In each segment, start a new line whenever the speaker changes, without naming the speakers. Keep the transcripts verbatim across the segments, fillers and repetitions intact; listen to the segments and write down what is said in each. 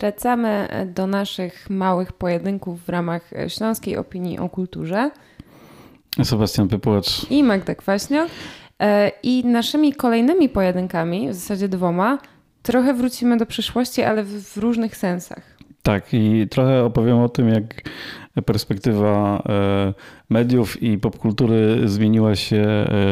Wracamy do naszych małych pojedynków w ramach Śląskiej Opinii o Kulturze.
Sebastian Pypłacz
i Magda Kwaśniok. I naszymi kolejnymi pojedynkami, w zasadzie dwoma, trochę wrócimy do przeszłości, ale w różnych sensach.
Tak, i trochę opowiem o tym, jak perspektywa mediów i popkultury zmieniła się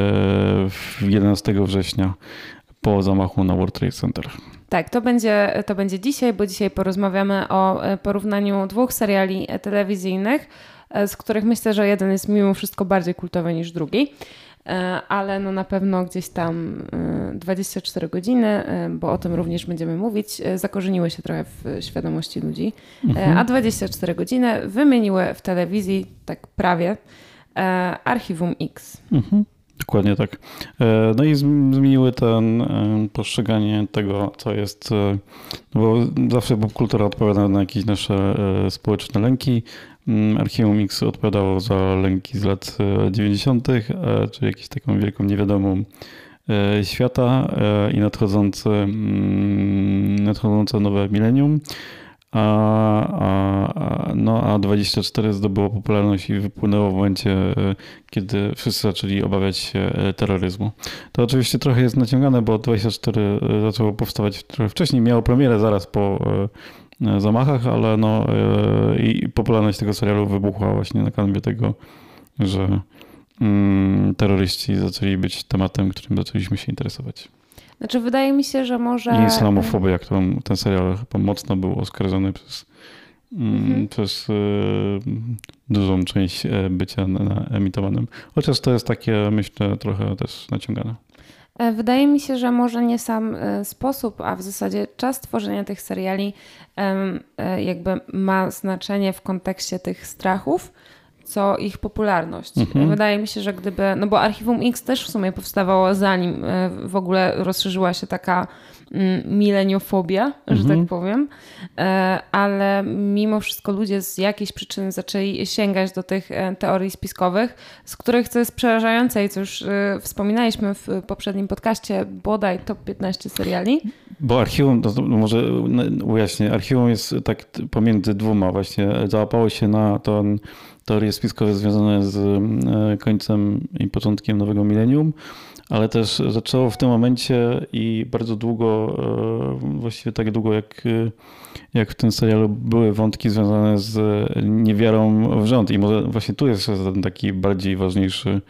jedenastego września po zamachu na World Trade Center.
Tak, to będzie, to będzie dzisiaj, bo dzisiaj porozmawiamy o porównaniu dwóch seriali telewizyjnych, z których myślę, że jeden jest mimo wszystko bardziej kultowy niż drugi, ale no na pewno gdzieś tam dwadzieścia cztery godziny, bo o tym również będziemy mówić, zakorzeniły się trochę w świadomości ludzi, mhm. a dwadzieścia cztery godziny wymieniły w telewizji, tak prawie, Archiwum X.
Mhm. Dokładnie tak. No i zmieniły ten postrzeganie tego, co jest, bo zawsze popkultura odpowiada na jakieś nasze społeczne lęki. Archiwum X odpowiadało za lęki z lat dziewięćdziesiątych, czyli jakąś taką wielką niewiadomą świata i nadchodzące, nadchodzące nowe milenium. A, a, no, a dwadzieścia cztery zdobyło popularność i wypłynęło w momencie, kiedy wszyscy zaczęli obawiać się terroryzmu. To oczywiście trochę jest naciągane, bo dwadzieścia cztery zaczęło powstawać trochę wcześniej, miało premierę zaraz po zamachach, ale no i popularność tego serialu wybuchła właśnie na kanwie tego, że mm, terroryści zaczęli być tematem, którym zaczęliśmy się interesować.
Znaczy wydaje mi się, że może...
I islamofobia, którą ten serial chyba mocno był oskarżony przez, mhm. przez y, dużą część bycia na, na emitowanym. Chociaż to jest takie, myślę, trochę też naciągane.
Wydaje mi się, że może nie sam sposób, a w zasadzie czas tworzenia tych seriali jakby ma znaczenie w kontekście tych strachów, co ich popularność. Mhm. Wydaje mi się, że gdyby, no bo Archiwum X też w sumie powstawało zanim w ogóle rozszerzyła się taka mileniofobia, mhm. że tak powiem, ale mimo wszystko ludzie z jakiejś przyczyny zaczęli sięgać do tych teorii spiskowych, z których, co jest przerażające i co już wspominaliśmy w poprzednim podcaście, bodaj top piętnaście seriali.
Bo Archiwum, to może ujaśnię, Archiwum jest tak pomiędzy dwoma właśnie, załapało się na to teorie spiskowe związane z końcem i początkiem nowego milenium, ale też zaczęło w tym momencie i bardzo długo, właściwie tak długo jak, jak w tym serialu były wątki związane z niewiarą w rząd. I może właśnie tu jest ten taki bardziej ważniejszy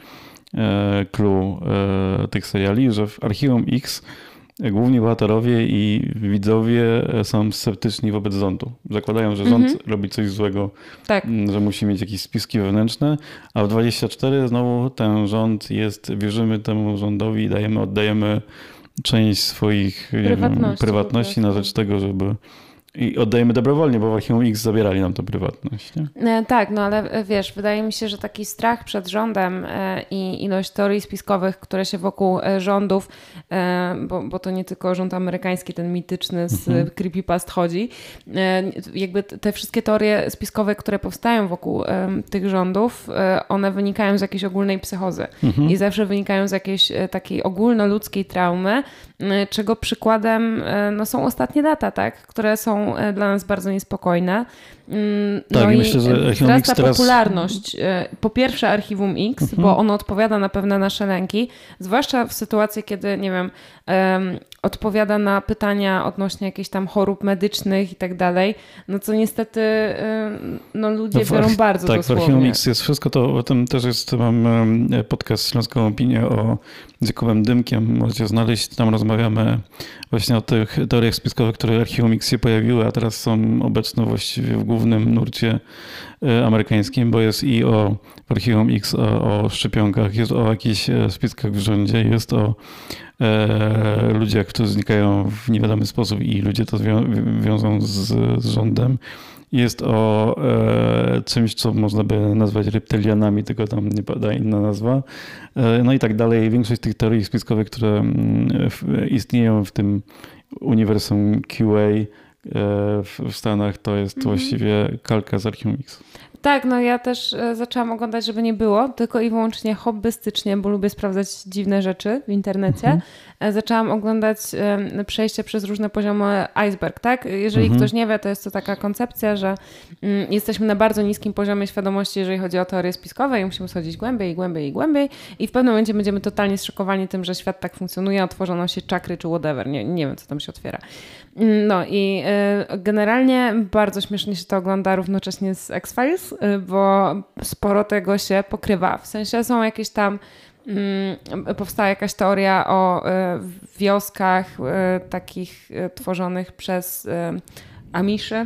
clue tych seriali, że w Archiwum X główni bohaterowie i widzowie są sceptyczni wobec rządu. Zakładają, że rząd mhm. robi coś złego, tak. że musi mieć jakieś spiski wewnętrzne, a w dwadzieścia cztery znowu ten rząd jest, wierzymy temu rządowi i dajemy, oddajemy część swoich prywatności, wiem, prywatności na rzecz tego, żeby... I oddajemy dobrowolnie, bo w Archiwum X zabierali nam tę prywatność. Nie?
Tak, no ale wiesz, wydaje mi się, że taki strach przed rządem i ilość teorii spiskowych, które się wokół rządów, bo, bo to nie tylko rząd amerykański, ten mityczny z mhm. creepypast chodzi, jakby te wszystkie teorie spiskowe, które powstają wokół tych rządów, one wynikają z jakiejś ogólnej psychozy mhm. i zawsze wynikają z jakiejś takiej ogólnoludzkiej traumy, czego przykładem no, są ostatnie lata, tak, które są dla nas bardzo niespokojne. No tak, i myślę, że wzrasta teraz... popularność po pierwsze Archiwum X, mhm. bo ono odpowiada na pewne nasze lęki, zwłaszcza w sytuacji, kiedy, nie wiem, um, odpowiada na pytania odnośnie jakichś tam chorób medycznych i tak dalej, no co niestety um, no, ludzie no w, biorą bardzo
tak,
dosłownie.
Tak, w Archiwum X jest wszystko to, o tym też jest, mam podcast Śląską Opinię o z Jakubem Dymkiem, możecie znaleźć, tam rozmawiamy właśnie o tych teoriach spiskowych, które w Archiwum X się pojawiły, a teraz są obecne właściwie w głównym nurcie amerykańskim, bo jest i o w Archiwum X o, o szczepionkach, jest o jakichś spiskach w rządzie, jest o e, ludziach, którzy znikają w niewiadomy sposób i ludzie to zwią- wiążą z, z rządem. Jest o e, czymś, co można by nazwać reptilianami, tylko tam nie pada inna nazwa. E, no i tak dalej. Większość tych teorii spiskowych, które w, istnieją w tym uniwersum Q A w, w Stanach, to jest mm-hmm. właściwie kalka z Archiwum X.
Tak, no ja też zaczęłam oglądać, żeby nie było, tylko i wyłącznie hobbystycznie, bo lubię sprawdzać dziwne rzeczy w internecie. Mhm. Zaczęłam oglądać przejście przez różne poziomy iceberg, tak? Jeżeli mhm. ktoś nie wie, to jest to taka koncepcja, że jesteśmy na bardzo niskim poziomie świadomości, jeżeli chodzi o teorie spiskowe i musimy schodzić głębiej, głębiej i głębiej i w pewnym momencie będziemy totalnie zszokowani tym, że świat tak funkcjonuje, otworzą nam się czakry czy whatever, nie, nie wiem, co tam się otwiera. No i generalnie bardzo śmiesznie się to ogląda równocześnie z X-Files, bo sporo tego się pokrywa. W sensie są jakieś tam, powstała jakaś teoria o wioskach takich tworzonych przez Amiszy,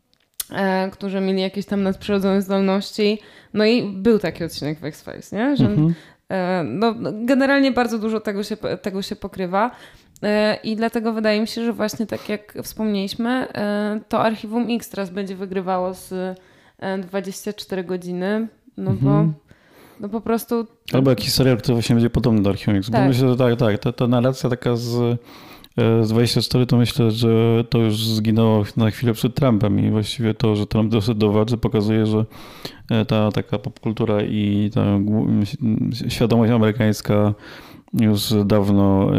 którzy mieli jakieś tam nadprzyrodzone zdolności. No i był taki odcinek w X-Files, nie? Że, mhm. no, generalnie bardzo dużo tego się, tego się pokrywa. I dlatego wydaje mi się, że właśnie tak jak wspomnieliśmy, to Archiwum X teraz będzie wygrywało z dwadzieścia cztery godziny, no bo mhm. no po prostu...
Albo jakiś serial, który właśnie będzie podobny do Archiwum X. Tak. Bo myślę, że tak, tak. Ta, ta narracja taka z, z dwadzieścia cztery to myślę, że to już zginęło na chwilę przed Trumpem i właściwie to, że Trump doszedł do władzy, pokazuje, że ta taka popkultura i ta świadomość amerykańska już dawno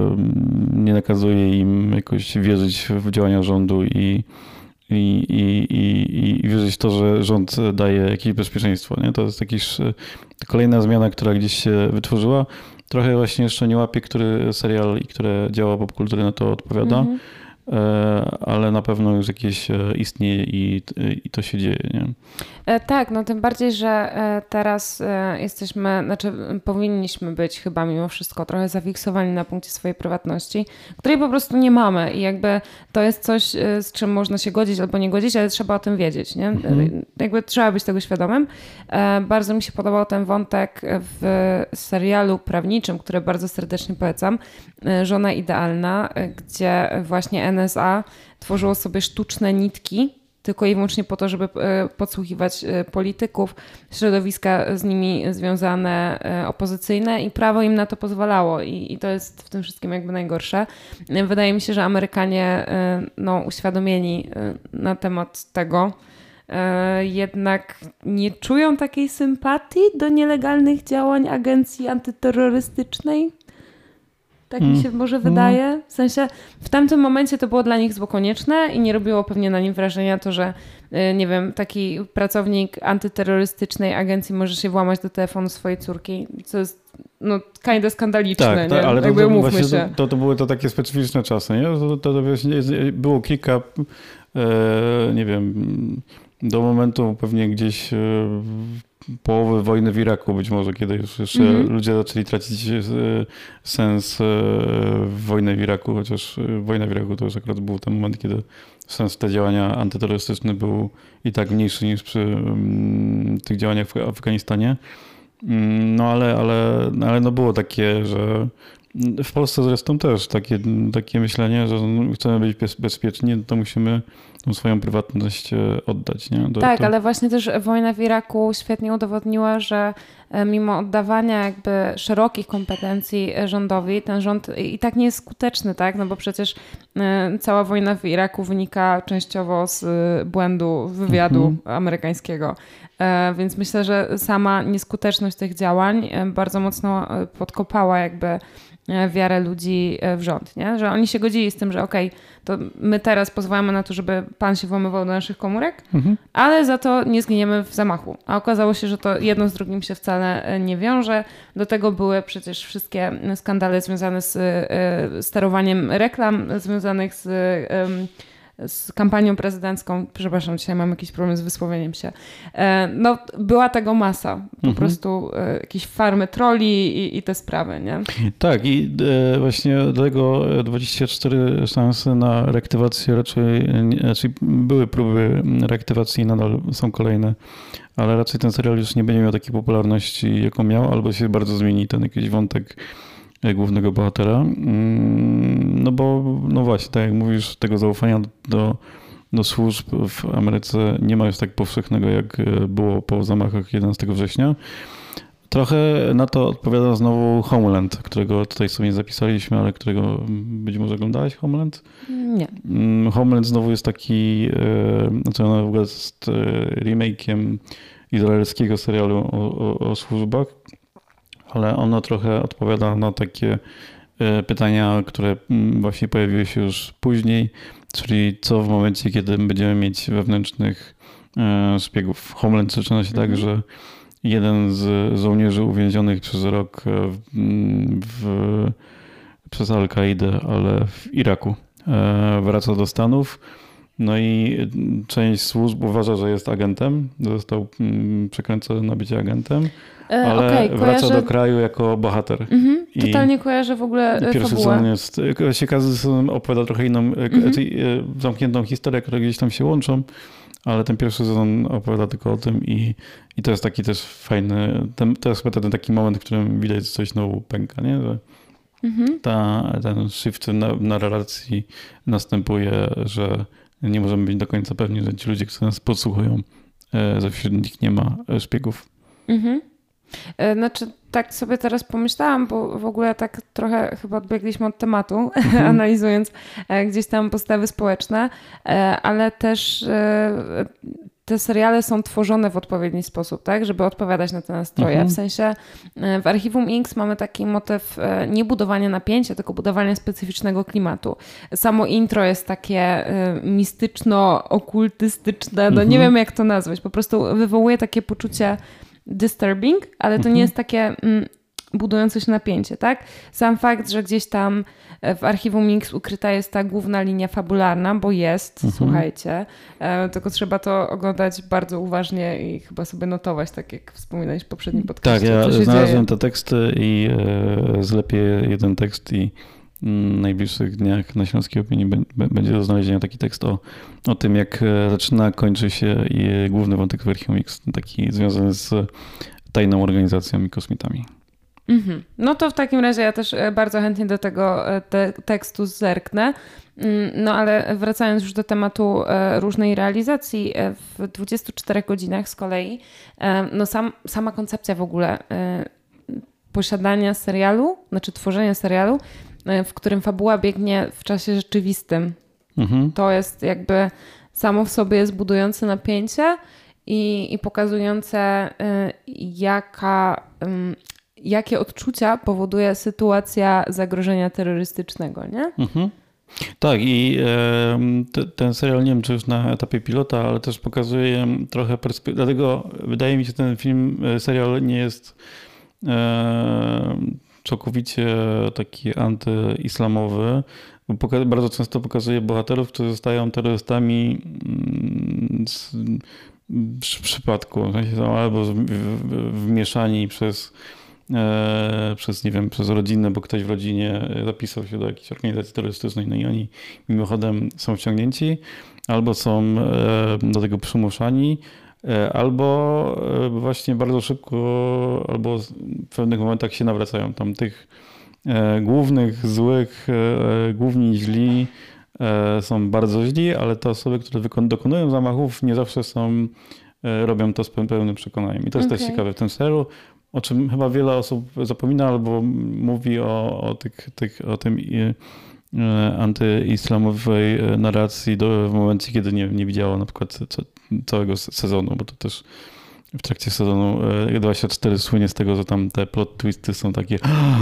nie nakazuje im jakoś wierzyć w działania rządu i, i, i, i, i wierzyć w to, że rząd daje jakieś bezpieczeństwo. Nie? To jest jakiś kolejna zmiana, która gdzieś się wytworzyła. Trochę właśnie jeszcze nie łapie, który serial i które dzieła popkultury na to odpowiada, mm-hmm. ale na pewno już jakieś istnieje i, i to się dzieje. Nie?
Tak, no tym bardziej, że teraz jesteśmy, znaczy powinniśmy być chyba mimo wszystko trochę zafiksowani na punkcie swojej prywatności, której po prostu nie mamy i jakby to jest coś, z czym można się godzić albo nie godzić, ale trzeba o tym wiedzieć, nie? Mhm. Jakby trzeba być tego świadomym. Bardzo mi się podobał ten wątek w serialu prawniczym, który bardzo serdecznie polecam, Żona idealna, gdzie właśnie N S A tworzyło sobie sztuczne nitki tylko i wyłącznie po to, żeby podsłuchiwać polityków, środowiska z nimi związane, opozycyjne i prawo im na to pozwalało i, i to jest w tym wszystkim jakby najgorsze. Wydaje mi się, że Amerykanie no, uświadomieni na temat tego jednak nie czują takiej sympatii do nielegalnych działań agencji antyterrorystycznej. Tak mi się może wydaje. W sensie w tamtym momencie to było dla nich zło konieczne i nie robiło pewnie na nim wrażenia to, że nie wiem, taki pracownik antyterrorystycznej agencji może się włamać do telefonu swojej córki, co jest no kinda skandaliczne. Tak,
tak,
nie?
ale
jakby
to,
umówmy się.
To, to, to były to takie specyficzne czasy. Nie? To, to, to było kilka, e, nie wiem, do momentu pewnie gdzieś e, połowy wojny w Iraku być może, kiedy już jeszcze mm-hmm. ludzie zaczęli tracić sens w wojnę w Iraku, chociaż wojna w Iraku to już akurat był ten moment, kiedy sens te działania antyterrorystyczne był i tak mniejszy niż przy um, tych działaniach w Afganistanie. Um, no ale, ale, ale no było takie, że w Polsce zresztą też takie, takie myślenie, że chcemy być bezpieczni, to musimy tą swoją prywatność oddać. Nie? Do,
tak,
to...
ale właśnie też wojna w Iraku świetnie udowodniła, że mimo oddawania jakby szerokich kompetencji rządowi, ten rząd i tak nie jest skuteczny, tak? No bo przecież cała wojna w Iraku wynika częściowo z błędu wywiadu mhm. amerykańskiego. Więc myślę, że sama nieskuteczność tych działań bardzo mocno podkopała jakby wiarę ludzi w rząd, nie? Że oni się godzili z tym, że okej, okay, to my teraz pozwalamy na to, żeby pan się włamywał do naszych komórek, mhm. ale za to nie zginiemy w zamachu. A okazało się, że to jedno z drugim się wcale nie wiąże. Do tego były przecież wszystkie skandale związane z sterowaniem reklam, związanych z z kampanią prezydencką. Przepraszam, dzisiaj mam jakiś problem z wysłowieniem się. No, była tego masa. Po mhm. prostu jakieś farmy troli i, i te sprawy, nie?
Tak i e, właśnie dlatego dwadzieścia cztery szanse na reaktywację raczej, raczej były próby reaktywacji i nadal są kolejne, ale raczej ten serial już nie będzie miał takiej popularności, jaką miał, albo się bardzo zmieni ten jakiś wątek głównego bohatera. No bo, no właśnie, tak jak mówisz, tego zaufania do, do służb w Ameryce nie ma już tak powszechnego, jak było po zamachach jedenastego września. Trochę na to odpowiada znowu Homeland, którego tutaj sobie zapisaliśmy, ale którego być może oglądałeś Homeland?
Nie.
Homeland znowu jest taki, znaczy ona w ogóle jest remake'iem izraelskiego serialu o, o, o służbach, ale ono trochę odpowiada na takie pytania, które właśnie pojawiły się już później, czyli co w momencie, kiedy będziemy mieć wewnętrznych szpiegów. Homeland zaczyna się mhm. tak, że jeden z żołnierzy uwięzionych przez rok w, w, przez Al-Kaidę, ale w Iraku, wraca do Stanów. No i część służb uważa, że jest agentem. Został przekręcony na bycie agentem, e, ale okay, wraca kojarzę... do kraju jako bohater.
Mhm, I totalnie kojarzę w ogóle fabułę.
Pierwszy sezon jest... Właśnie każdy sezon opowiada trochę inną, mhm. zamkniętą historię, które gdzieś tam się łączą, ale ten pierwszy sezon opowiada tylko o tym i, i to jest taki też fajny... Ten, to jest chyba ten taki moment, w którym widać, że coś znowu pęka, nie? Że mhm. ta, ten shift na, na relacji następuje, że nie możemy być do końca pewni, że ci ludzie, którzy nas podsłuchują, że wśród nich nie ma szpiegów.
Mhm. Znaczy, tak sobie teraz pomyślałam, bo w ogóle tak trochę chyba odbiegliśmy od tematu, mhm. analizując gdzieś tam postawy społeczne, ale też te seriale są tworzone w odpowiedni sposób, tak, żeby odpowiadać na te nastroje. Mhm. W sensie w Archiwum X mamy taki motyw nie budowania napięcia, tylko budowania specyficznego klimatu. Samo intro jest takie mistyczno-okultystyczne, no mhm. nie wiem jak to nazwać, po prostu wywołuje takie poczucie disturbing, ale to mhm. nie jest takie mm, budujące się napięcie, tak? Sam fakt, że gdzieś tam w Archiwum X ukryta jest ta główna linia fabularna, bo jest, mhm. słuchajcie, e, tylko trzeba to oglądać bardzo uważnie i chyba sobie notować, tak jak wspominałeś w poprzednim podcaście.
Tak, ja znalazłem te teksty i e, zlepię jeden tekst i w najbliższych dniach na Śląskiej Opinii będzie do znalezienia taki tekst o, o tym, jak zaczyna, kończy się główny wątek w Archiwum X, taki związany z tajną organizacją i kosmitami.
Mm-hmm. No to w takim razie ja też bardzo chętnie do tego te, tekstu zerknę. No ale wracając już do tematu różnej realizacji, w dwudziestu czterech godzinach z kolei, no sam, sama koncepcja w ogóle posiadania serialu, znaczy tworzenia serialu, w którym fabuła biegnie w czasie rzeczywistym. Mhm. To jest jakby samo w sobie jest budujące napięcie i, i pokazujące jaka, jakie odczucia powoduje sytuacja zagrożenia terrorystycznego, nie?
Mhm. Tak i e, te, ten serial, nie wiem czy już na etapie pilota, ale też pokazuje trochę perspektywy, dlatego wydaje mi się, że ten film, serial nie jest e, całkowicie taki antyislamowy, bo bardzo często pokazuje bohaterów, którzy zostają terrorystami w przypadku, w sensie są albo wmieszani przez, e, przez, nie wiem, przez rodzinę, bo ktoś w rodzinie zapisał się do jakiejś organizacji terrorystycznej, no i oni mimochodem są wciągnięci, albo są e, do tego przymuszani, albo właśnie bardzo szybko, albo w pewnych momentach się nawracają. Tam tych głównych, złych, główni źli są bardzo źli, ale te osoby, które dokonują zamachów, nie zawsze są, robią to z pełnym przekonaniem. I to jest okay. też ciekawe w tym serialu, o czym chyba wiele osób zapomina albo mówi o, o, tych, tych, o tym antyislamowej narracji do, w momencie, kiedy nie, nie widziało na przykład całego sezonu, bo to też w trakcie sezonu dwadzieścia cztery słynie z tego, że tam te plot twisty są takie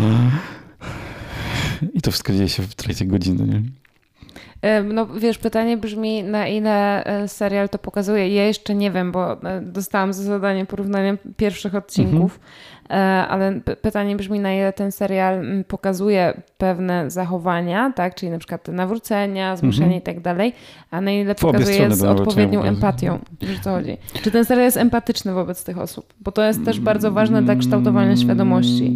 i to wszystko dzieje się w trakcie godziny, nie?
No wiesz, pytanie brzmi, na ile serial to pokazuje. Ja jeszcze nie wiem, bo dostałam za zadanie porównania pierwszych odcinków, mhm. ale pytanie brzmi, na ile ten serial pokazuje pewne zachowania, tak, czyli na przykład nawrócenia, zmuszenie mhm. i tak dalej, a na ile pokazuje z odpowiednią empatią. Wiesz, o co chodzi? Czy ten serial jest empatyczny wobec tych osób? Bo to jest też bardzo ważne dla kształtowania świadomości.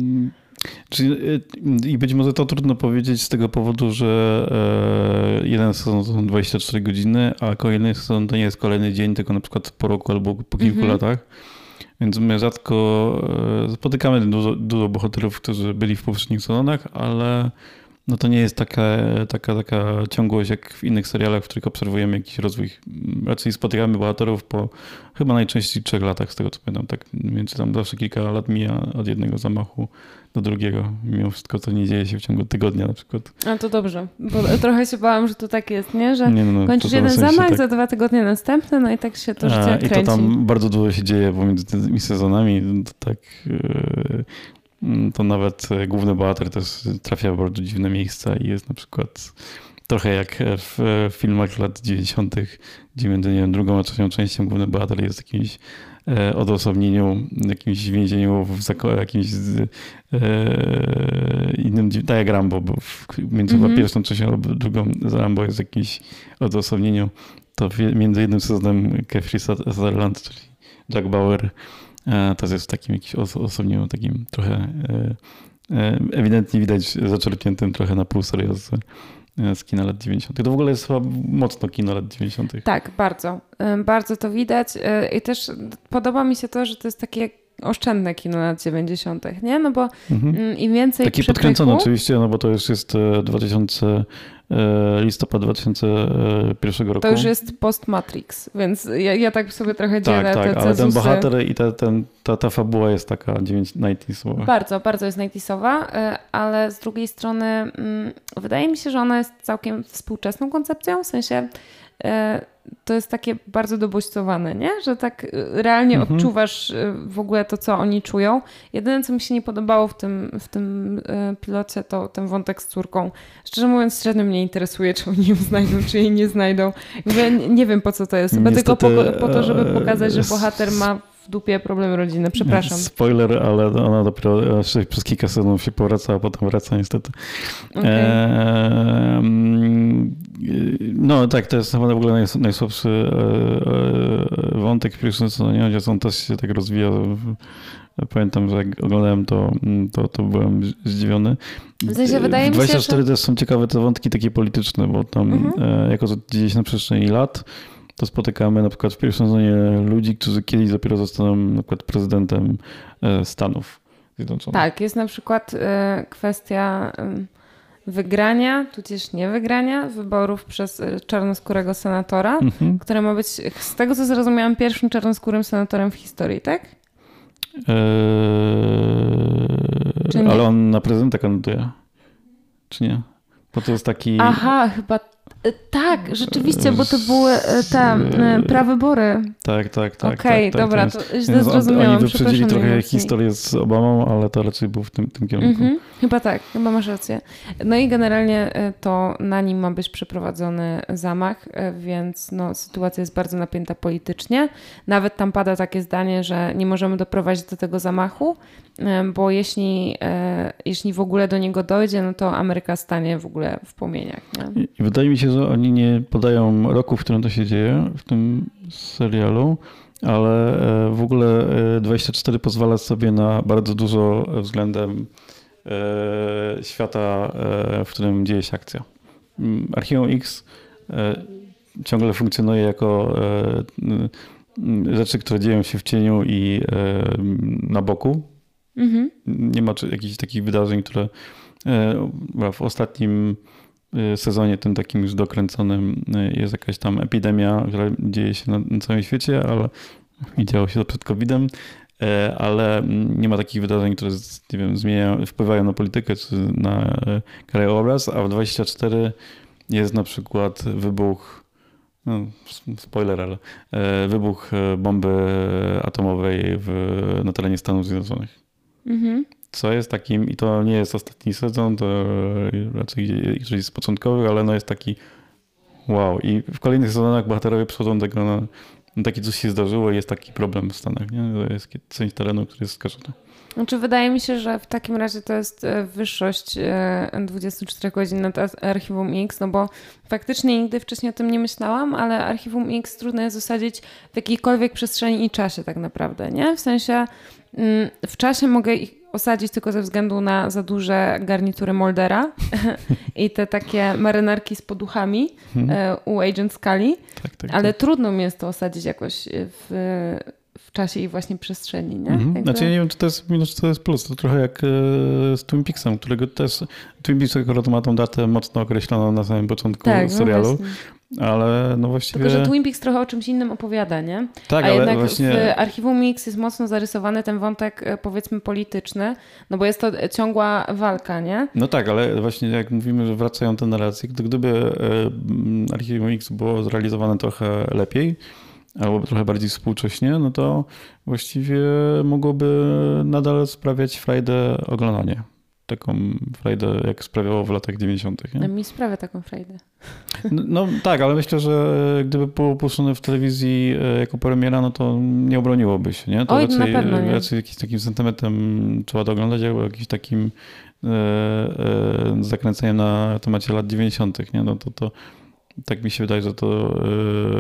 I być może to trudno powiedzieć z tego powodu, że jeden sezon to są dwadzieścia cztery godziny, a kolejny sezon to nie jest kolejny dzień, tylko na przykład po roku albo po kilku mm-hmm. latach. Więc my rzadko spotykamy dużo, dużo bohaterów, którzy byli w poprzednich sezonach, ale no to nie jest taka, taka, taka ciągłość jak w innych serialach, w których obserwujemy jakiś rozwój. Raczej spotykamy bohaterów po chyba najczęściej trzech latach, z tego co pamiętam. Tak, więc tam zawsze kilka lat mija od jednego zamachu do drugiego. Mimo wszystko to nie dzieje się w ciągu tygodnia na przykład.
A to dobrze, bo trochę się bałam, że to tak jest, nie? Że
nie, no, no,
kończysz jeden zamach, tak... za dwa tygodnie następny, no i tak się to życie
A,
kręci.
I to tam bardzo dużo się dzieje pomiędzy tymi sezonami. To tak... Yy... to nawet główny bohater też trafia w bardzo dziwne miejsca i jest na przykład trochę jak w filmach lat dziewięćdziesiątych, gdzie między nie wiem, drugą a trzecią częścią główny bohater jest w jakimś odosobnieniu, jakimś więzieniu, w zako- jakimś e, innym, tak jak Rambo, bo w, między mm-hmm. pierwszą częścią a drugą z Rambo jest jakimś odosobnieniu, to w, między jednym sezonem Kiefer Sutherland, czyli Jack Bauer, to jest w takim jakimś osobnieniu, takim trochę ewidentnie widać zaczerpniętym trochę na pół serio z, z kina lat dziewięćdziesiątych. To w ogóle jest chyba mocno kino lat dziewięćdziesiątych.
Tak, bardzo. Bardzo to widać i też podoba mi się to, że to jest takie oszczędne kino lat dziewięćdziesiątych, nie? No bo mhm. im więcej
Takie
przypychu...
podkręcone oczywiście, no bo to już jest dwa tysiące listopad dwa tysiące pierwszego roku.
To już jest post-Matrix, więc ja, ja tak sobie trochę dzielę
tak, tak,
te
ale
cezusy.
ten bohater i ta, ten, ta, ta fabuła jest taka dziewięćdziesiąta.
Bardzo, bardzo jest ninetysowa, ale z drugiej strony wydaje mi się, że ona jest całkiem współczesną koncepcją, w sensie to jest takie bardzo dobodźcowane, nie? Że tak realnie mhm. odczuwasz w ogóle to, co oni czują. Jedyne, co mi się nie podobało w tym, w tym pilocie, to ten wątek z córką. Szczerze mówiąc, średnio mnie interesuje, czy oni ją znajdą, czy jej nie znajdą. Nie, nie wiem, po co to jest. Chyba Niestety, tylko po, po to, żeby pokazać, że bohater ma w dupie problemy rodzinne. Przepraszam.
Spoiler, ale ona dopiero przez kilka sezonów się powraca, a potem wraca niestety. Okay. E, no tak, to jest chyba w ogóle najsłabszy wątek w pierwszym sezonie, chociaż on też się tak rozwija. Pamiętam, że jak oglądałem to, to, to byłem zdziwiony.
W sensie wydaje mi się,
dwadzieścia cztery
że...
też są ciekawe te wątki takie polityczne, bo tam mhm. jako to gdzieś na przestrzeni lat to spotykamy na przykład w pierwszym sezonie ludzi, którzy kiedyś dopiero zostaną na przykład prezydentem Stanów Zjednoczonych.
Tak, jest na przykład kwestia wygrania, tudzież nie wygrania wyborów przez czarnoskórego senatora, mhm. który ma być, z tego co zrozumiałam, pierwszym czarnoskórym senatorem w historii, tak?
Eee, ale on na prezydenta kandyduje, czy nie? Bo to jest taki...
Aha, chyba tak, rzeczywiście, bo to były te prawybory.
Tak, tak, tak.
Okej, okay,
tak,
dobra,
tak,
to źle zrozumiałam.
Oni wyprzedzili trochę historię z Obamą, ale to raczej był w tym, tym kierunku. Mm-hmm,
chyba tak, chyba masz rację. No i generalnie to na nim ma być przeprowadzony zamach, więc no, sytuacja jest bardzo napięta politycznie. Nawet tam pada takie zdanie, że nie możemy doprowadzić do tego zamachu, bo jeśli, jeśli w ogóle do niego dojdzie, no to Ameryka stanie w ogóle w płomieniach. Nie?
I wydaje mi się, że oni nie podają roku, w którym to się dzieje, w tym serialu, ale w ogóle dwadzieścia cztery pozwala sobie na bardzo dużo względem świata, w którym dzieje się akcja. Archiwum X ciągle funkcjonuje jako rzeczy, które dzieją się w cieniu i na boku. Mhm. Nie ma jakichś takich wydarzeń, które w ostatnim sezonie, tym takim już dokręconym, jest jakaś tam epidemia, która dzieje się na, na całym świecie, ale i działo się to przed kowidem, ale nie ma takich wydarzeń, które nie wiem, zmieniają, wpływają na politykę czy na krajobraz, a w dwadzieścia cztery jest na przykład wybuch, no, spoiler, ale wybuch bomby atomowej w, na terenie Stanów Zjednoczonych. Mhm. Co jest takim, i to nie jest ostatni sezon, to raczej gdzieś z początkowych, ale no jest taki wow. I w kolejnych sezonach bohaterowie przychodzą do tego, no, no takie coś się zdarzyło i jest taki problem w Stanach, nie? To jest część terenu, który jest skażony.
Znaczy wydaje mi się, że w takim razie to jest wyższość dwadzieścia cztery godzin nad Archiwum X, no bo faktycznie nigdy wcześniej o tym nie myślałam, ale Archiwum X trudno jest osadzić w jakiejkolwiek przestrzeni i czasie tak naprawdę, nie? W sensie w czasie mogę ich osadzić tylko ze względu na za duże garnitury Moldera i te takie marynarki z poduchami hmm. u Agent Scully, tak, tak, ale tak. trudno mi jest to osadzić jakoś w w czasie i właśnie przestrzeni, nie?
Mhm.
Jakby...
Znaczy ja nie wiem, czy to jest minus, czy to jest plus. To trochę jak z Twin Peaksem, którego też... Twin Peaks akurat ma tą datę mocno określoną na samym początku
tak,
serialu.
No
ale no właściwie...
Tylko, że Twin Peaks trochę o czymś innym opowiada, nie?
Tak,
A
ale
jednak
właśnie...
w Archiwum Mix jest mocno zarysowany ten wątek, powiedzmy, polityczny, no bo jest to ciągła walka, nie?
No tak, ale właśnie jak mówimy, że wracają te narracje, to gdyby Archiwum Mix było zrealizowane trochę lepiej, albo trochę bardziej współcześnie, no to właściwie mogłoby nadal sprawiać frajdę oglądanie. Taką frajdę, jak sprawiało w latach dziewięćdziesiątych. Nie?
Mi sprawia taką frajdę.
No, no tak, ale myślę, że gdyby było puszczone w telewizji jako premiera, no to nie obroniłoby się. Nie? To
Oj,
raczej,
na pewno nie.
raczej jakimś takim sentymentem trzeba to oglądać, albo jakimś takim e, e, zakręceniem na temacie lat dziewięćdziesiątych. Nie? No to, to tak mi się wydaje, że to e,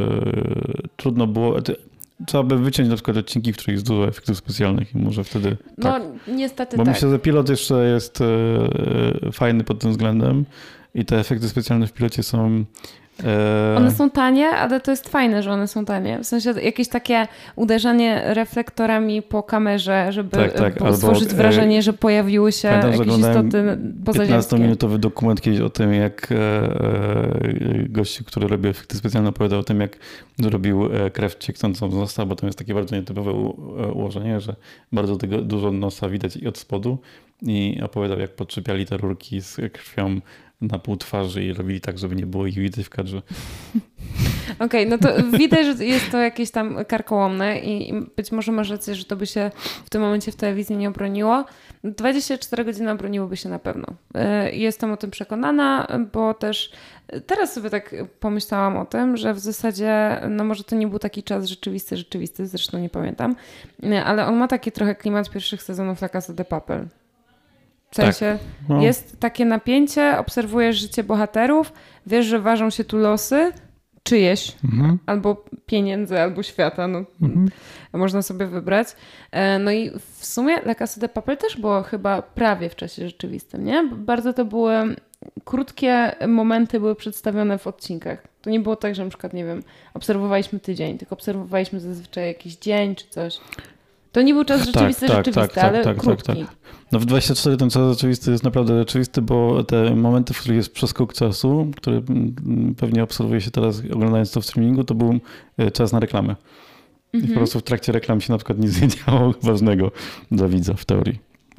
trudno było... Trzeba by wyciąć na przykład odcinki, w których jest dużo efektów specjalnych i może wtedy
No
tak.
niestety
Bo
tak.
myślę, że pilot jeszcze jest e, fajny pod tym względem i te efekty specjalne w pilocie są... E...
One są tanie, ale to jest fajne, że one są tanie. W sensie jakieś takie uderzanie reflektorami po kamerze, żeby
tak, tak. Albo,
stworzyć wrażenie, że pojawiły się
pamiętam,
jakieś istoty pozaziemskie.
piętnastominutowy dokument kiedyś o tym, jak e, gościu, który robi efekty specjalne, opowiadał o tym, jak zrobił krew cieknącą z nosa, bo tam jest takie bardzo nietypowe ułożenie, że bardzo tego, dużo nosa widać i od spodu i opowiadał, jak podczepiali te rurki z krwią na pół twarzy i robili tak, żeby nie było ich widać w kadrze.
Okej, okay, no to widać, że jest to jakieś tam karkołomne i być może masz rację, że to by się w tym momencie w telewizji nie obroniło. dwadzieścia cztery godziny obroniłoby się na pewno. Jestem o tym przekonana, bo też teraz sobie tak pomyślałam o tym, że w zasadzie, no może to nie był taki czas rzeczywisty, rzeczywisty, zresztą nie pamiętam, ale on ma taki trochę klimat pierwszych sezonów La Casa de Papel. W sensie tak, no. Jest takie napięcie, obserwujesz życie bohaterów, wiesz, że ważą się tu losy czyjeś, mhm. albo pieniędzy, albo świata, no mhm. można sobie wybrać. No i w sumie La Casa de Papel też było chyba prawie w czasie rzeczywistym, nie? Bardzo to były krótkie momenty były przedstawione w odcinkach. To nie było tak, że na przykład, nie wiem, obserwowaliśmy tydzień, tylko obserwowaliśmy zazwyczaj jakiś dzień czy coś. To nie był czas rzeczywisty, tak, rzeczywisty, tak, ale tak, krótki. Tak, tak.
No w dwadzieścia cztery ten czas rzeczywisty jest naprawdę rzeczywisty, bo te momenty, w których jest przeskok czasu, który pewnie obserwuje się teraz oglądając to w streamingu, to był czas na reklamę. I mm-hmm. po prostu w trakcie reklam się na przykład nic nie działo ważnego dla widza w teorii.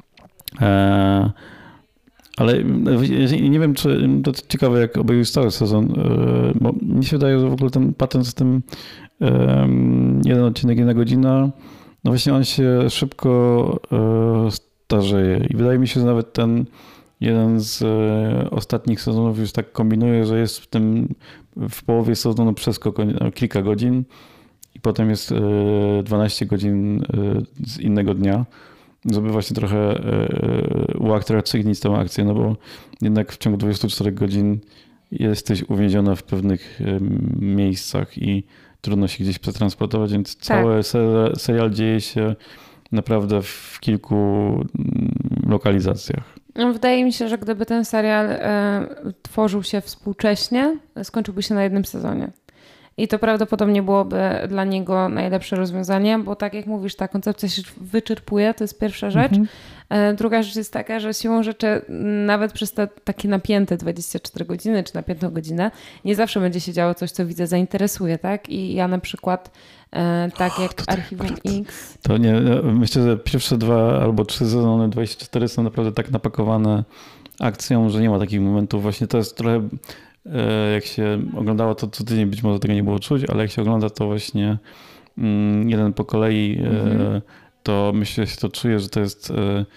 Eee, ale nie wiem, czy to ciekawe, jak obejrzysz cały sezon, bo mi się wydaje, że w ogóle ten patent z tym jeden odcinek, jedna godzina, no właśnie on się szybko starzeje i wydaje mi się, że nawet ten jeden z ostatnich sezonów już tak kombinuje, że jest w tym w połowie sezonu przeskok kilka godzin i potem jest dwanaście godzin z innego dnia, żeby właśnie trochę uatrakcyjnić tę akcję, no bo jednak w ciągu dwudziestu czterech godzin jesteś uwięziona w pewnych miejscach i trudno się gdzieś przetransportować, więc tak. Cały serial dzieje się naprawdę w kilku lokalizacjach.
Wydaje mi się, że gdyby ten serial e, tworzył się współcześnie, skończyłby się na jednym sezonie. I to prawdopodobnie byłoby dla niego najlepsze rozwiązanie, bo tak jak mówisz, ta koncepcja się wyczerpuje, to jest pierwsza rzecz. Mhm. Druga rzecz jest taka, że siłą rzeczy nawet przez te takie napięte dwadzieścia cztery godziny czy napiętą godzinę nie zawsze będzie się działo coś, co widza zainteresuje, tak? I ja na przykład e, tak jak
oh,
Archiwum X...
To nie, myślę, że pierwsze dwa albo trzy sezony dwadzieścia cztery są naprawdę tak napakowane akcją, że nie ma takich momentów. Właśnie to jest trochę... Jak się oglądało to co tydzień, być może tego nie było czuć, ale jak się ogląda to właśnie jeden po kolei, mm-hmm. to myślę, że się to czuje, że to jest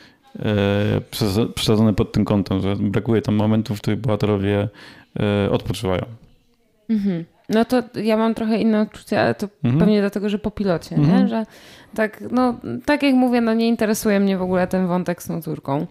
przesadzone pod tym kątem, że brakuje tam momentów, w których bohaterowie odpoczywają.
Mm-hmm. No to ja mam trochę inne odczucie, ale to mm-hmm. pewnie dlatego, że po pilocie, mm-hmm. nie? Że tak, no, tak jak mówię, no nie interesuje mnie w ogóle ten wątek z tą córką.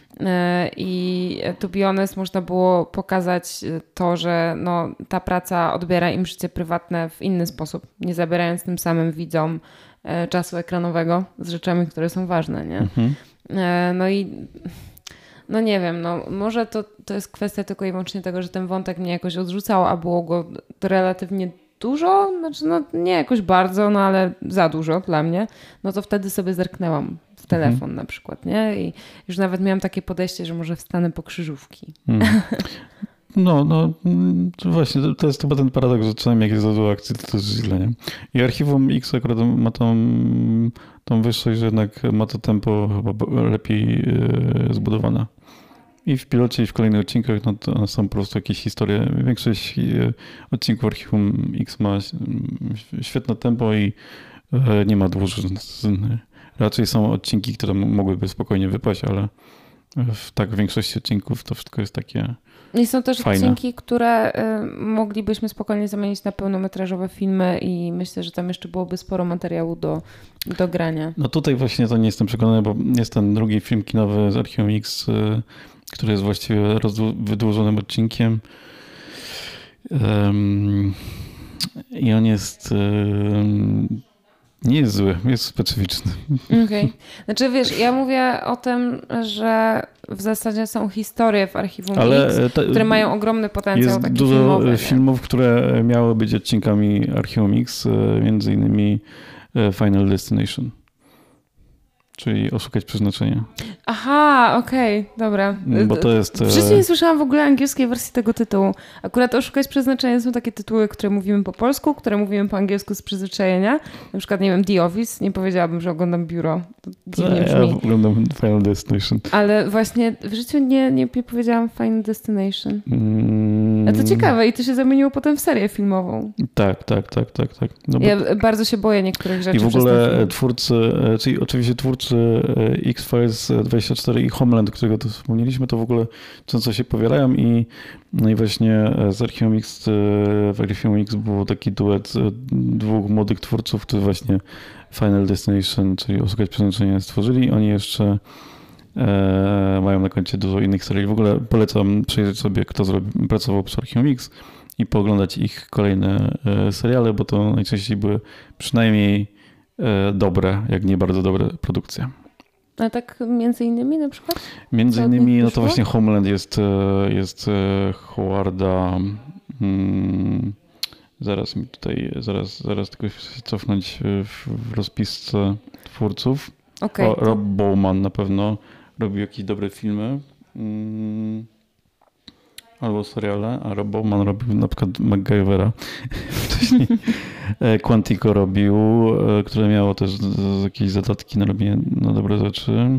I to be honest, można było pokazać to, że no, ta praca odbiera im życie prywatne w inny sposób, nie zabierając tym samym widzom czasu ekranowego z rzeczami, które są ważne, nie? Mhm. No i no nie wiem, no może to, to jest kwestia tylko i wyłącznie tego, że ten wątek mnie jakoś odrzucał, a było go relatywnie dużo, znaczy no nie jakoś bardzo, no ale za dużo dla mnie, no to wtedy sobie zerknęłam w telefon mhm. na przykład, nie? I już nawet miałam takie podejście, że może wstanę po krzyżówki. Mhm.
No, no właśnie, to jest chyba ten paradoks, że czasami jak jest za dużo akcji, to jest źle, nie? I Archiwum X akurat ma tą, tą wyższość, że jednak ma to tempo chyba lepiej zbudowane. I w pilocie, i w kolejnych odcinkach, no to one są po prostu jakieś historie. Większość odcinków Archiwum X ma świetne tempo i nie ma dłuższych. Raczej są odcinki, które mogłyby spokojnie wypaść, ale w tak większości odcinków to wszystko jest takie
I są też
fajne.
Odcinki, które y, moglibyśmy spokojnie zamienić na pełnometrażowe filmy i myślę, że tam jeszcze byłoby sporo materiału do, do grania.
No tutaj właśnie to nie jestem przekonany, bo jest ten drugi film kinowy z Archiwum X, y, który jest właściwie wydłużonym odcinkiem. Um, I on jest... Y, Nie jest zły, jest specyficzny.
Okej. Okay. Znaczy wiesz, ja mówię o tym, że w zasadzie są historie w Archiwum Ale X, ta, które mają ogromny potencjał
jest
taki
dużo
filmowy.
Jest dużo filmów, które miały być odcinkami Archiwum X, między innymi Final Destination. Czyli Oszukać Przeznaczenie.
Aha, okej, okay, dobra.
Bo to jest...
W życiu nie słyszałam w ogóle angielskiej wersji tego tytułu. Akurat Oszukać Przeznaczenie są takie tytuły, które mówimy po polsku, które mówimy po angielsku z przyzwyczajenia. Na przykład, nie wiem, The Office. Nie powiedziałabym, że oglądam Biuro. To dziwnie brzmi.
Ja oglądam Final Destination.
Ale właśnie w życiu nie, nie, nie powiedziałam Final Destination. Mm. A to ciekawe i to się zamieniło potem w serię filmową.
Tak, tak, tak, tak. tak. No
ja bo... bardzo się boję niektórych rzeczy.
I w ogóle twórcy, czyli oczywiście twórcy X-Files dwadzieścia cztery i Homeland, którego tu wspomnieliśmy, to w ogóle często się powielają i, no i właśnie z Archiwum X, w Archiwum X był taki duet dwóch młodych twórców, którzy właśnie Final Destination, czyli Oszukać Przeznaczenie stworzyli. Oni jeszcze e, mają na koncie dużo innych serii. W ogóle polecam przejrzeć sobie, kto zrobi, pracował przy Archiwum X i pooglądać ich kolejne e, seriale, bo to najczęściej były przynajmniej dobre, jak nie bardzo dobre produkcje.
A tak między innymi na przykład?
Między innymi, no to właśnie Homeland jest, jest Howarda, hmm, zaraz mi tutaj, zaraz, zaraz tylko się cofnąć w, w rozpisce twórców.
Okay,
o, Rob Bowman na pewno robił jakieś dobre filmy. Hmm. Albo seriale, a Rob Bowman robił na przykład MacGyvera. Wcześniej Quantico robił, które miało też jakieś zadatki na robienie na dobre rzeczy.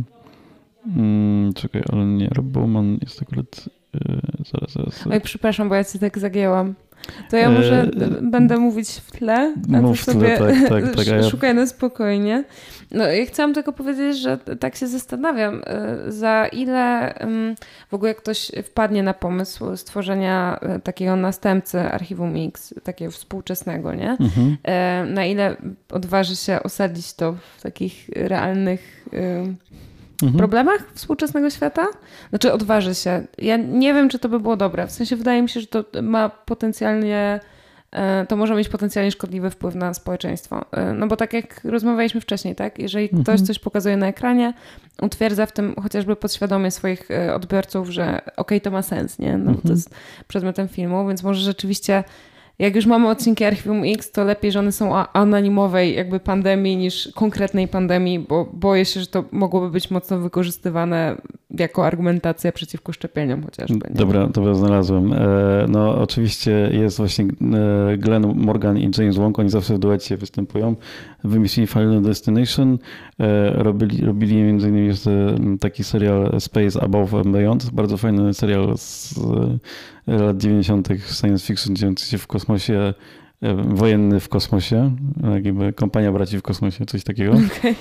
Hmm, czekaj, ale nie, Rob Bowman jest akurat... Zaraz, zaraz.
Oj, przepraszam, bo ja cię tak zagięłam. To ja może e... będę mówić w tle, a
Mów
ty sobie
tle, tak, tak, tak, a ja...
szukaj na spokojnie. No ja chciałam tylko powiedzieć, że tak się zastanawiam, za ile w ogóle jak ktoś wpadnie na pomysł stworzenia takiego następcy Archiwum X, takiego współczesnego, nie? Mhm. Na ile odważy się osadzić to w takich realnych... Mhm. problemach współczesnego świata? Znaczy odważy się. Ja nie wiem, czy to by było dobre. W sensie wydaje mi się, że to ma potencjalnie, to może mieć potencjalnie szkodliwy wpływ na społeczeństwo. No bo tak jak rozmawialiśmy wcześniej, tak? Jeżeli ktoś mhm. coś pokazuje na ekranie, utwierdza w tym chociażby podświadomie swoich odbiorców, że okej, okay, to ma sens, nie? No mhm. to jest przedmiotem filmu, więc może rzeczywiście jak już mamy odcinki Archiwum X, to lepiej, że one są o anonimowej jakby pandemii niż konkretnej pandemii, bo boję się, że to mogłoby być mocno wykorzystywane jako argumentacja przeciwko szczepieniom chociażby. Nie?
Dobra, dobra, znalazłem. No oczywiście jest właśnie Glenn Morgan i James Wong, oni zawsze w duecie występują. Wymyślili Final Destination, robili, robili między innymi jeszcze taki serial Space Above and Beyond, bardzo fajny serial z lat dziewięćdziesiątych science fiction dziejący się w kosmosie, wojenny w kosmosie, jakby kompania braci w kosmosie, coś takiego. Okay.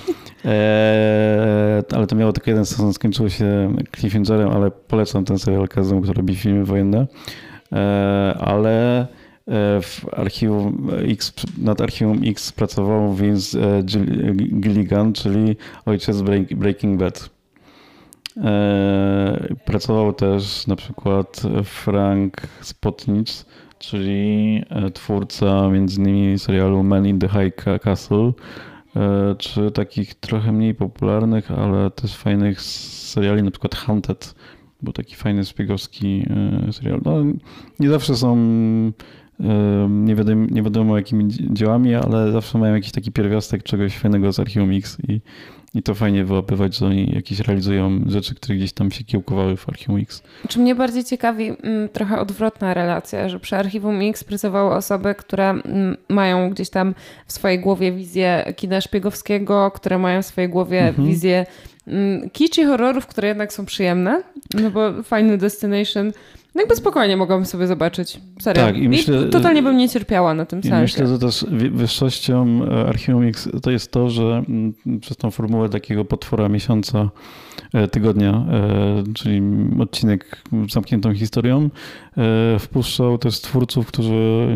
E, ale to miało tylko jeden sezon, skończyło się cliffhangerem, ale polecam ten serial każdemu, kto robi filmy wojenne. E, ale w Archiwum X, nad Archiwum X pracował Vince Gilligan, czyli ojciec Breaking Bad. Pracował też na przykład Frank Spotnitz, czyli twórca między innymi serialu Man in the High Castle, czy takich trochę mniej popularnych, ale też fajnych seriali, na przykład Hunted, był taki fajny szpiegowski serial. No, nie zawsze są nie wiadomo, nie wiadomo jakimi dziełami, ale zawsze mają jakiś taki pierwiastek czegoś fajnego z Archiwum X i, i to fajnie wyłapywać, że oni jakieś realizują rzeczy, które gdzieś tam się kiełkowały w Archiwum X.
Czy mnie bardziej ciekawi m, trochę odwrotna relacja, że przy Archiwum X pracowały osoby, które m, mają gdzieś tam w swojej głowie wizję kina szpiegowskiego, które mają w swojej głowie mhm. wizję m, kiczy horrorów, które jednak są przyjemne, no bo Final Destination no jakby spokojnie mogłabym sobie zobaczyć. Serio.
Tak, i, myślę,
I totalnie bym nie cierpiała na tym sensie.
Myślę, że też wyższością Archiwum X to jest to, że przez tą formułę takiego potwora miesiąca, tygodnia, czyli odcinek z zamkniętą historią, wpuszczał też twórców, którzy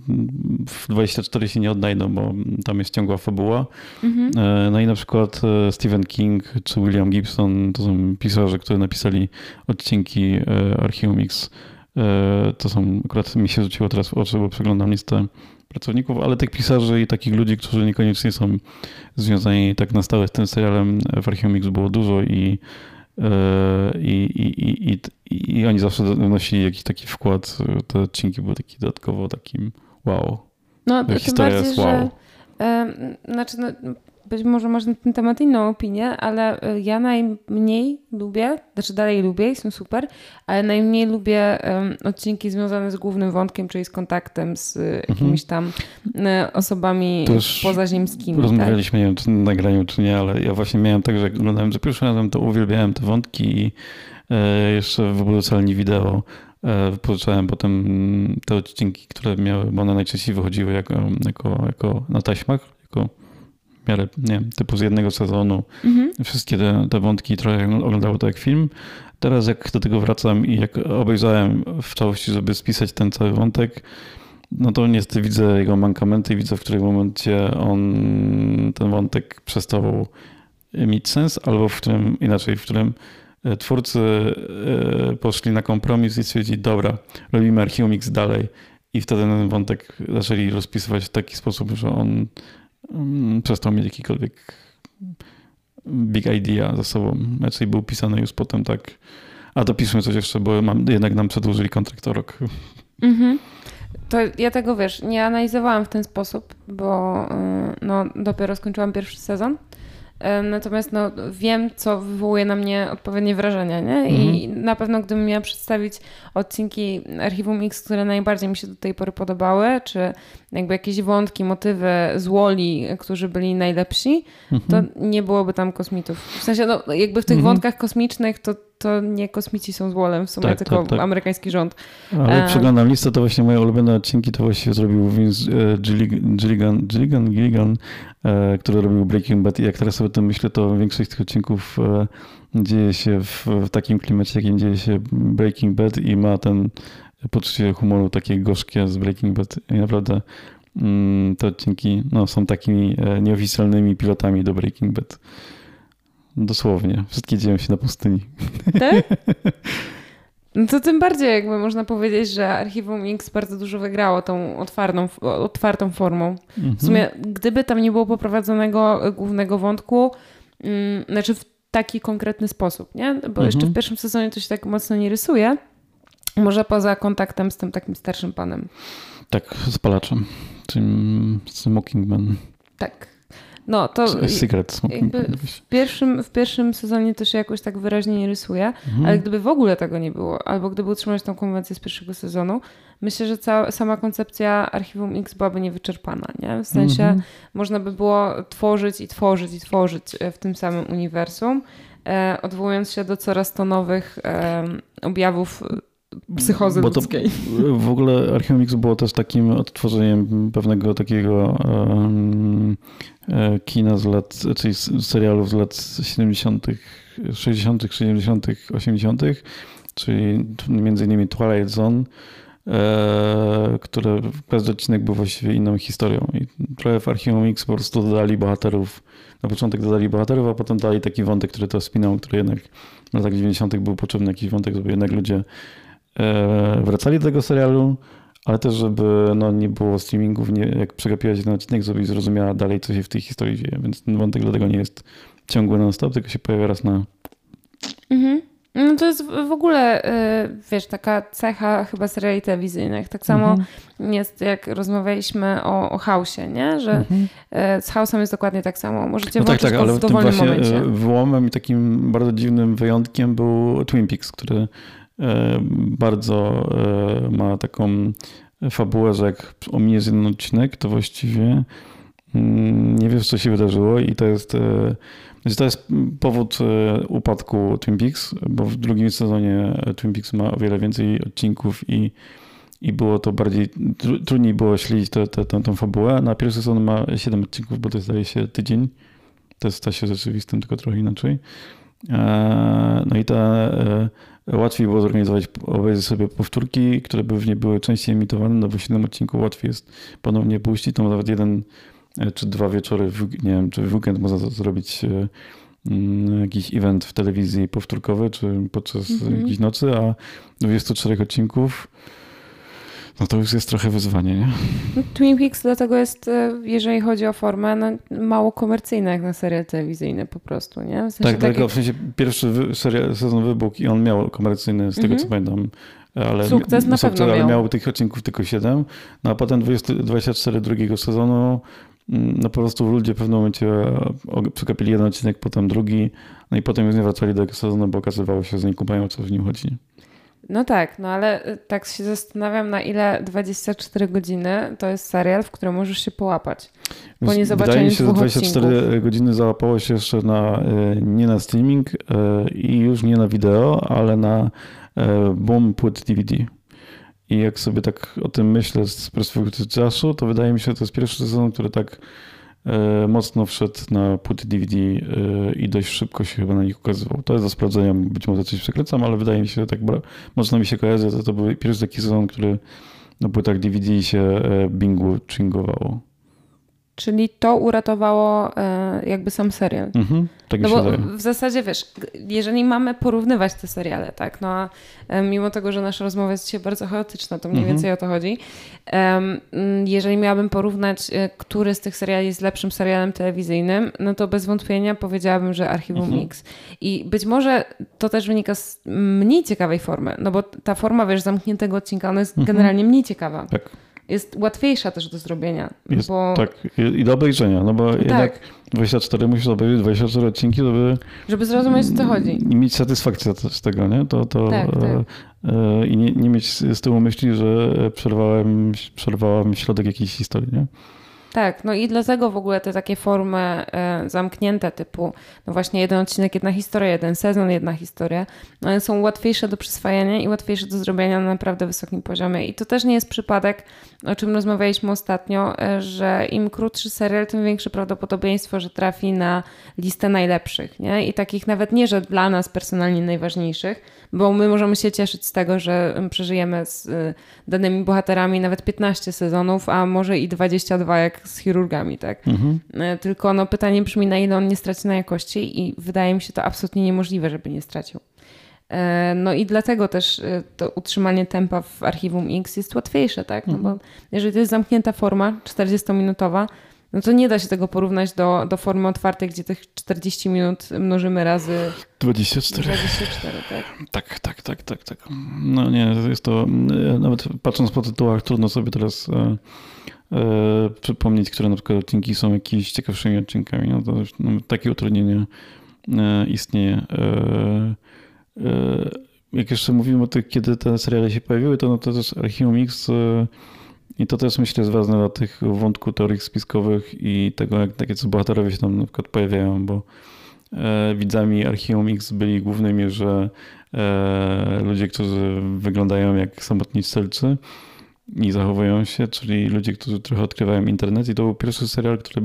w dwadzieścia cztery się nie odnajdą, bo tam jest ciągła fabuła. Mhm. No i na przykład Stephen King czy William Gibson to są pisarze, którzy napisali odcinki Archiwum X. To są, akurat mi się rzuciło teraz w oczy, bo przeglądam listę pracowników, ale tych pisarzy i takich ludzi, którzy niekoniecznie są związani tak na stałe z tym serialem w Archiwum X było dużo i, i, i, i, i, i oni zawsze wnosili jakiś taki wkład. Te odcinki były takie dodatkowo takim wow.
No, to historia bardziej, jest wow. Że, yy, znaczy, no, być może masz na ten temat inną opinię, ale ja najmniej lubię, znaczy dalej lubię i są super, ale najmniej lubię um, odcinki związane z głównym wątkiem, czyli z kontaktem z mhm. jakimiś tam e, osobami pozaziemskimi.
Rozmawialiśmy,
tak?
nie wiem, czy na nagraniu, czy nie, ale ja właśnie miałem tak, że jak oglądałem za pierwszym razem, to uwielbiałem te wątki i e, jeszcze w ogóle wcale nie wideo. E, wypożyczałem potem te odcinki, które miały, bo one najczęściej wychodziły jako, jako, jako na taśmach, jako w miarę, nie wiem, typu z jednego sezonu. Mhm. Wszystkie te, te wątki trochę oglądało to jak film. Teraz jak do tego wracam i jak obejrzałem w całości, żeby spisać ten cały wątek, no to niestety widzę jego mankamenty i widzę, w którym momencie on, ten wątek przestał mieć sens, albo w którym, inaczej, w którym twórcy poszli na kompromis i stwierdzili, dobra, robimy Archiwum X dalej i wtedy ten wątek zaczęli rozpisywać w taki sposób, że on przestał mieć jakikolwiek big idea za sobą. Raczej był pisany już potem tak, a dopiszmy coś jeszcze, bo mam, jednak nam przedłużyli kontrakt o rok. Mhm.
To ja tego, wiesz, nie analizowałam w ten sposób, bo no, dopiero skończyłam pierwszy sezon. Natomiast no, wiem, co wywołuje na mnie odpowiednie wrażenia, nie? I mhm. na pewno gdybym miała przedstawić odcinki Archiwum X, które najbardziej mi się do tej pory podobały, czy jakby jakieś wątki, motywy z Wall-E, którzy byli najlepsi, mhm. to nie byłoby tam kosmitów. W sensie, no, jakby w tych mhm. wątkach kosmicznych to, to nie kosmici są z Wall-em, w sumie, tak, tylko tak, tak. amerykański rząd.
Ale jak przeglądam listę, to właśnie moje ulubione odcinki to właściwie zrobił Vince Gilligan, Gilligan, Gilligan, który robił Breaking Bad i jak teraz sobie o tym myślę, to większość tych odcinków dzieje się w, w takim klimacie, jakim dzieje się Breaking Bad i ma ten poczucie humoru takie gorzkie z Breaking Bad i naprawdę mm, te odcinki no, są takimi nieoficjalnymi pilotami do Breaking Bad. Dosłownie. Wszystkie dzieją się na pustyni.
Tak? No to tym bardziej jakby można powiedzieć, że Archiwum X bardzo dużo wygrało tą otwartą, otwartą formą. Mhm. W sumie gdyby tam nie było poprowadzonego głównego wątku, um, znaczy w taki konkretny sposób, nie? Bo mhm. jeszcze w pierwszym sezonie to się tak mocno nie rysuje. Może poza kontaktem z tym takim starszym panem.
Tak, z palaczem. Tym Smoking Man.
Tak. No to
Secret
w pierwszym, w pierwszym sezonie to się jakoś tak wyraźnie nie rysuje, mhm. ale gdyby w ogóle tego nie było, albo gdyby utrzymać tą konwencję z pierwszego sezonu, myślę, że cała, sama koncepcja Archiwum X byłaby niewyczerpana, nie? W sensie mhm. można by było tworzyć i tworzyć i tworzyć w tym samym uniwersum, e, odwołując się do coraz to nowych e, objawów psychozy
Bo
ludzkiej.
W ogóle Archiwum X było też takim odtworzeniem pewnego takiego um, kina z lat, czyli serialów z lat siedemdziesiątych, sześćdziesiątych, siedemdziesiątych, osiemdziesiątych, czyli między innymi Twilight Zone, e, które każdy odcinek był właściwie inną historią. I trochę w Archiwum X po prostu dodali bohaterów, na początek dodali bohaterów, a potem dali taki wątek, który to spinał, który jednak w latach dziewięćdziesiątych był potrzebny jakiś wątek, żeby jednak ludzie wracali do tego serialu, ale też, żeby no, nie było streamingów, nie, jak przegapiłaś ten odcinek, żebyś zrozumiała dalej, co się w tej historii dzieje. Więc ten wątek dlatego nie jest ciągły non-stop, tylko się pojawia raz na...
Mhm. No to jest w ogóle, wiesz, taka cecha chyba seriali telewizyjnych. Tak samo mhm. jest, jak rozmawialiśmy o, o House'ie, nie? Że mhm. z House'em jest dokładnie tak samo. Możecie
no
włączyć
tak, tak,
go
ale
w dowolnym
tym właśnie
momencie.
Wyłomem i takim bardzo dziwnym wyjątkiem był Twin Peaks, który bardzo ma taką fabułę, że jak ominiesz jeden odcinek, to właściwie nie wiesz, co się wydarzyło i to jest, to jest powód upadku Twin Peaks, bo w drugim sezonie Twin Peaks ma o wiele więcej odcinków i, i było to bardziej, trudniej było śledzić tę, tę, tę, tę fabułę. Na pierwszy sezon ma siedem odcinków, bo to zdaje się tydzień. To jest staje się rzeczywistym, tylko trochę inaczej. No i ta łatwiej było zorganizować, obejrzeć sobie powtórki, które by w nie były częściej emitowane, no bo siedem odcinków łatwiej jest ponownie puścić. To nawet jeden czy dwa wieczory, w, nie wiem, czy w weekend można zrobić jakiś event w telewizji powtórkowy, czy podczas mm-hmm. jakiejś nocy, a dwudziestu czterech odcinków, no to już jest trochę wyzwanie, nie?
Twin Peaks dlatego jest, jeżeli chodzi o formę, no, mało komercyjny jak na serial telewizyjny po prostu, nie? W sensie
tak, dlatego
taki...
w sensie pierwszy wy, serial, sezon wybuchł i on miał komercyjny, z tego mm-hmm. co pamiętam. Ale,
sukces na
sukces,
pewno
ale
miał.
miał tych odcinków tylko siedem, no a potem dwadzieścia cztery drugiego sezonu no po prostu ludzie w pewnym momencie przekapili jeden odcinek, potem drugi, no i potem już nie wracali do tego sezonu, bo okazywało się, że nie kupają, o co w nim chodzi.
No tak, no ale tak się zastanawiam, na ile dwadzieścia cztery godziny to jest serial, w którym możesz się połapać. Po nie zobaczeniu
Wydaje mi się, że
dwóch
dwadzieścia cztery
odcinków.
godziny załapało się jeszcze na, nie na streaming i już nie na wideo, ale na boom płyt D V D. I jak sobie tak o tym myślę z perspektywy czasu, to wydaje mi się, że to jest pierwszy sezon, który tak mocno wszedł na płyty D V D i dość szybko się chyba na nich ukazywał. To jest do sprawdzenia, być może coś przekręcam, ale wydaje mi się, że tak mocno mi się kojarzy, że to był pierwszy taki sezon, który na płytach D V D się bingo-chingowało.
Czyli to uratowało jakby sam serial.
Mhm, tak
no
mi się
bo
wydaje.
w zasadzie wiesz, jeżeli mamy porównywać te seriale, tak, no a mimo tego, że nasza rozmowa jest dzisiaj bardzo chaotyczna, to mniej mhm. więcej o to chodzi. Jeżeli miałabym porównać, który z tych seriali jest lepszym serialem telewizyjnym, no to bez wątpienia powiedziałabym, że Archiwum mhm. X. I być może to też wynika z mniej ciekawej formy, no bo ta forma, wiesz, zamkniętego odcinka, ona jest mhm. generalnie mniej ciekawa.
Tak.
Jest łatwiejsza też do zrobienia.
Jest,
bo...
Tak, i do obejrzenia, no bo tak. jednak dwadzieścia cztery musisz obejrzeć, dwadzieścia cztery odcinki, żeby...
Żeby zrozumieć, o co chodzi.
I mieć satysfakcję z tego, nie? To, to,
tak, tak.
E, I nie, nie mieć z tyłu myśli, że przerwałem, przerwałem środek jakiejś historii, nie?
Tak, no i dlatego w ogóle te takie formy e, zamknięte typu no właśnie jeden odcinek, jedna historia, jeden sezon, jedna historia, one są łatwiejsze do przyswajania i łatwiejsze do zrobienia na naprawdę wysokim poziomie. I to też nie jest przypadek, o czym rozmawialiśmy ostatnio, e, że im krótszy serial, tym większe prawdopodobieństwo, że trafi na listę najlepszych, nie? I takich nawet nie, że dla nas personalnie najważniejszych, bo my możemy się cieszyć z tego, że przeżyjemy z e, danymi bohaterami nawet piętnaście sezonów, a może i dwadzieścia dwa jak z chirurgami, tak? Mhm. Tylko no, pytanie brzmi, na ile on nie straci na jakości i wydaje mi się to absolutnie niemożliwe, żeby nie stracił. No i dlatego też to utrzymanie tempa w Archiwum X jest łatwiejsze, tak? No mhm. bo jeżeli to jest zamknięta forma czterdziestominutowa, no to nie da się tego porównać do, do formy otwartej, gdzie tych czterdzieści minut mnożymy razy
dwadzieścia cztery.
dwadzieścia cztery, tak?
Tak, tak, tak, tak, tak. No nie, jest to, nawet patrząc po tytułach, trudno sobie teraz e, e, przypomnieć, które na przykład odcinki są jakimiś ciekawszymi odcinkami. No to już, no, takie utrudnienie e, istnieje. E, e, jak jeszcze mówimy o tych, kiedy te seriale się pojawiły, to, no, to też Archiwum X e, i to też myślę jest ważne dla tych wątków teorii spiskowych i tego, jak takie co bohaterowie się tam na przykład pojawiają, bo e, widzami Archiwum X byli głównymi, że e, ludzie, którzy wyglądają jak samotni strzelcy i zachowują się, czyli ludzie, którzy trochę odkrywają internet i to był pierwszy serial, który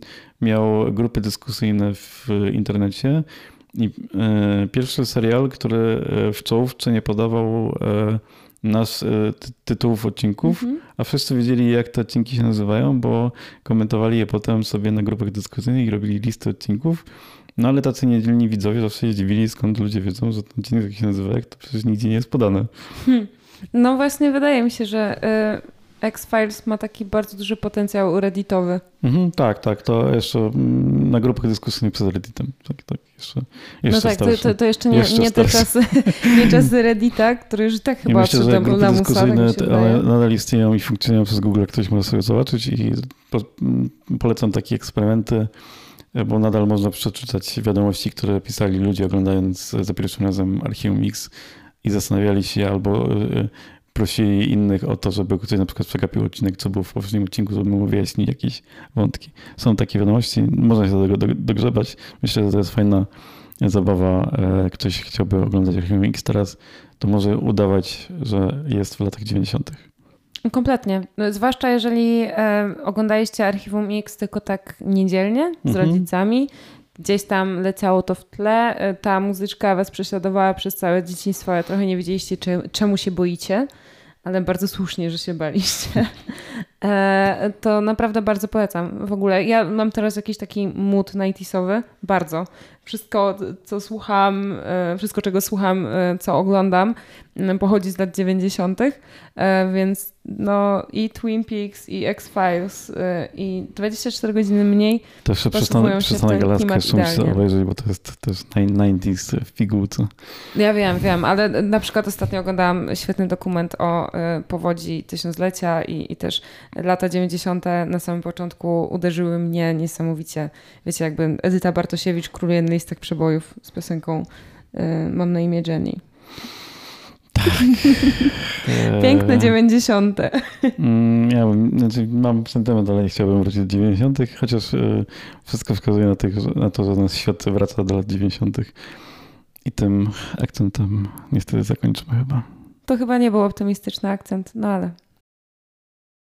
miał grupy dyskusyjne w internecie i e, pierwszy serial, który w czołówce nie podawał e, nas ty, tytułów odcinków, mm-hmm. a wszyscy wiedzieli, jak te odcinki się nazywają, bo komentowali je potem sobie na grupach dyskusyjnych i robili listy odcinków. No ale tacy niedzielni widzowie zawsze się dziwili, skąd ludzie wiedzą, że ten odcinek jak się nazywa, jak to przecież nigdzie nie jest podane.
Hmm. No właśnie wydaje mi się, że X-Files ma taki bardzo duży potencjał redditowy.
Mhm, tak, tak. To jeszcze na grupach dyskusyjnych przez Redditem. Tak, tak, jeszcze, jeszcze
no tak, to, to, to jeszcze nie, jeszcze nie te czasy, nie czasy Reddita, który już tak chyba
myślę, że grupy
lamusa,
dyskusyjne, tak ale nadal istnieją i funkcjonują przez Google. Ktoś może sobie zobaczyć i po, polecam takie eksperymenty, bo nadal można przeczytać wiadomości, które pisali ludzie oglądając za pierwszym razem Archiwum X i zastanawiali się albo prosili innych o to, żeby ktoś na przykład przegapił odcinek, co było w poprzednim odcinku, żeby mu wyjaśnić jakieś wątki. Są takie wiadomości, można się do tego dogrzebać. Myślę, że to jest fajna zabawa. Jak ktoś chciałby oglądać Archiwum X teraz, to może udawać, że jest w latach dziewięćdziesiątych.
Kompletnie. No, zwłaszcza jeżeli e, oglądaliście Archiwum X tylko tak niedzielnie z mhm. rodzicami. Gdzieś tam leciało to w tle. Ta muzyczka was prześladowała przez całe dzieciństwo, ale trochę nie wiedzieliście, czy, czemu się boicie, ale bardzo słusznie, że się baliście. E, to naprawdę bardzo polecam. W ogóle ja mam teraz jakiś taki mood ninetysowy. Bardzo. Wszystko, co słucham, wszystko, czego słucham, co oglądam, pochodzi z lat dziewięćdziesiątych. Więc no i Twin Peaks, i X-Files, i dwadzieścia cztery godziny mniej.
To jeszcze przestanę, przestanę Galaskę jeszcze muszę obejrzeć, bo to jest też dziewięćdziesiąte w pigułce.
Ja wiem, wiem, ale na przykład ostatnio oglądałam świetny dokument o powodzi tysiąclecia i, i też lata dziewięćdziesiąte na samym początku uderzyły mnie niesamowicie. Wiecie, jakby Edyta Bartosiewicz króluje na listach przebojów z piosenką y, Mam na imię Jenny.
Tak.
Piękne dziewięćdziesiąte.
Ja bym, znaczy mam sentyment, ale nie chciałbym wrócić do dziewięćdziesiątych, chociaż y, wszystko wskazuje na, tych, na to, że nasz świat wraca do lat dziewięćdziesiątych. I tym akcentem niestety zakończymy chyba.
To chyba nie był optymistyczny akcent, no ale...